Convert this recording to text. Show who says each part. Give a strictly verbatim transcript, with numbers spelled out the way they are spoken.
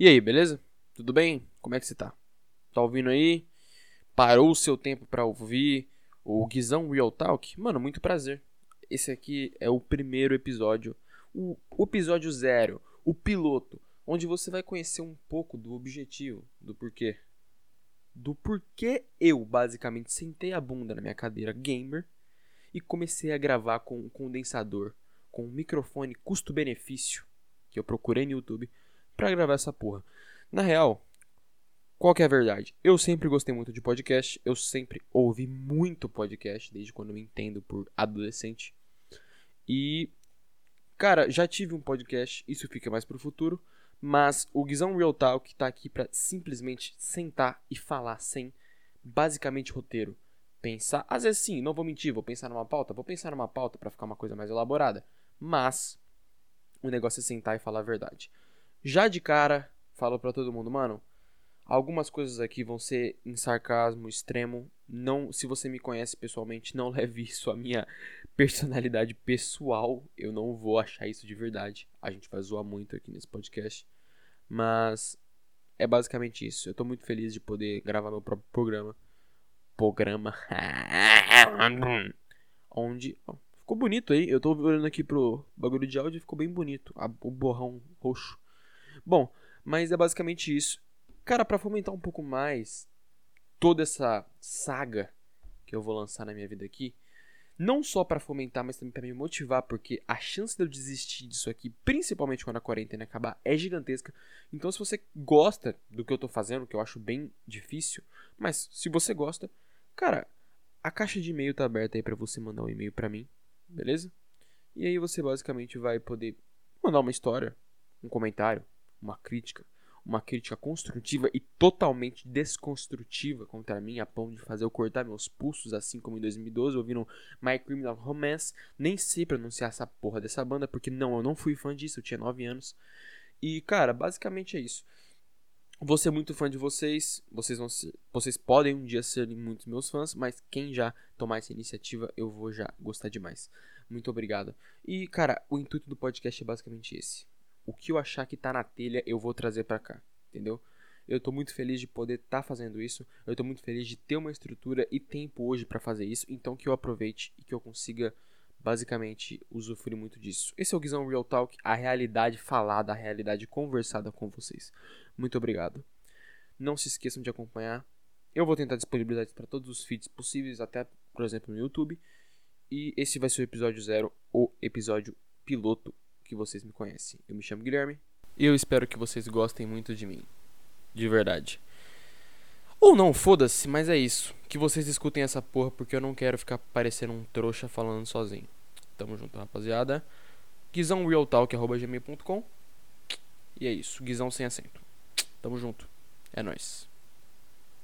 Speaker 1: E aí, beleza? Tudo bem? Como é que você tá? Tá ouvindo aí? Parou o seu tempo pra ouvir o Guizão Real Talk? Mano, muito prazer. Esse aqui é o primeiro episódio, o, o episódio zero, o piloto, onde você vai conhecer um pouco do objetivo, do porquê. Do porquê eu, basicamente, sentei a bunda na minha cadeira gamer e comecei a gravar com um condensador, com um microfone custo-benefício, que eu procurei no YouTube, pra gravar essa porra. Na real, qual que é a verdade? Eu sempre gostei muito de podcast, eu sempre ouvi muito podcast, desde quando eu me entendo por adolescente. E, cara, já tive um podcast, isso fica mais pro futuro, mas o Guizão Real Talk tá aqui pra simplesmente sentar e falar sem basicamente roteiro. Pensar, às vezes sim, não vou mentir, vou pensar numa pauta, vou pensar numa pauta pra ficar uma coisa mais elaborada, mas o negócio é sentar e falar a verdade. Já de cara, falo pra todo mundo, mano, algumas coisas aqui vão ser em sarcasmo extremo. Não, se você me conhece pessoalmente, não leve isso à minha personalidade pessoal. Eu não vou achar isso de verdade. A gente vai zoar muito aqui nesse podcast. Mas é basicamente isso. Eu tô muito feliz de poder gravar meu próprio programa. Programa. Onde. Ó, ficou bonito aí. Eu tô olhando aqui pro bagulho de áudio e ficou bem bonito. A- O borrão roxo. Bom, mas é basicamente isso. Cara, pra fomentar um pouco mais toda essa saga que eu vou lançar na minha vida aqui, não só pra fomentar, mas também pra me motivar, porque a chance de eu desistir disso aqui, principalmente quando a quarentena acabar, é gigantesca. Então, se você gosta do que eu tô fazendo, que eu acho bem difícil, mas se você gosta, cara, a caixa de e-mail tá aberta aí pra você mandar um e-mail pra mim, beleza? E aí você basicamente vai poder mandar uma história, um comentário, uma crítica, uma crítica construtiva e totalmente desconstrutiva contra mim, a ponto de fazer eu cortar meus pulsos, assim como em dois mil e doze, ouvindo My Criminal Romance. Nem sei pronunciar essa porra dessa banda, porque não, eu não fui fã disso, eu tinha nove anos. E, cara, basicamente é isso. Vou ser muito fã de vocês, vocês, vão ser, vocês podem um dia serem muitos meus fãs, mas quem já tomar essa iniciativa, eu vou já gostar demais. Muito obrigado. E, cara, o intuito do podcast é basicamente esse. O que eu achar que tá na telha, eu vou trazer pra cá, entendeu? Eu tô muito feliz de poder estar tá fazendo isso, eu tô muito feliz de ter uma estrutura e tempo hoje pra fazer isso, então que eu aproveite e que eu consiga, basicamente, usufruir muito disso. Esse é o Guizão Real Talk, a realidade falada, a realidade conversada com vocês. Muito obrigado. Não se esqueçam de acompanhar. Eu vou tentar disponibilizar para todos os feeds possíveis, até, por exemplo, no YouTube. E esse vai ser o episódio zero, o episódio piloto que vocês me conhecem. Eu me chamo Guilherme e eu espero que vocês gostem muito de mim. De verdade. Ou não, foda-se, mas é isso. Que vocês escutem essa porra porque eu não quero ficar parecendo um trouxa falando sozinho. Tamo junto, rapaziada. guizão real talk arroba gmail ponto com. E é isso, Guizão sem acento. Tamo junto. É nóis.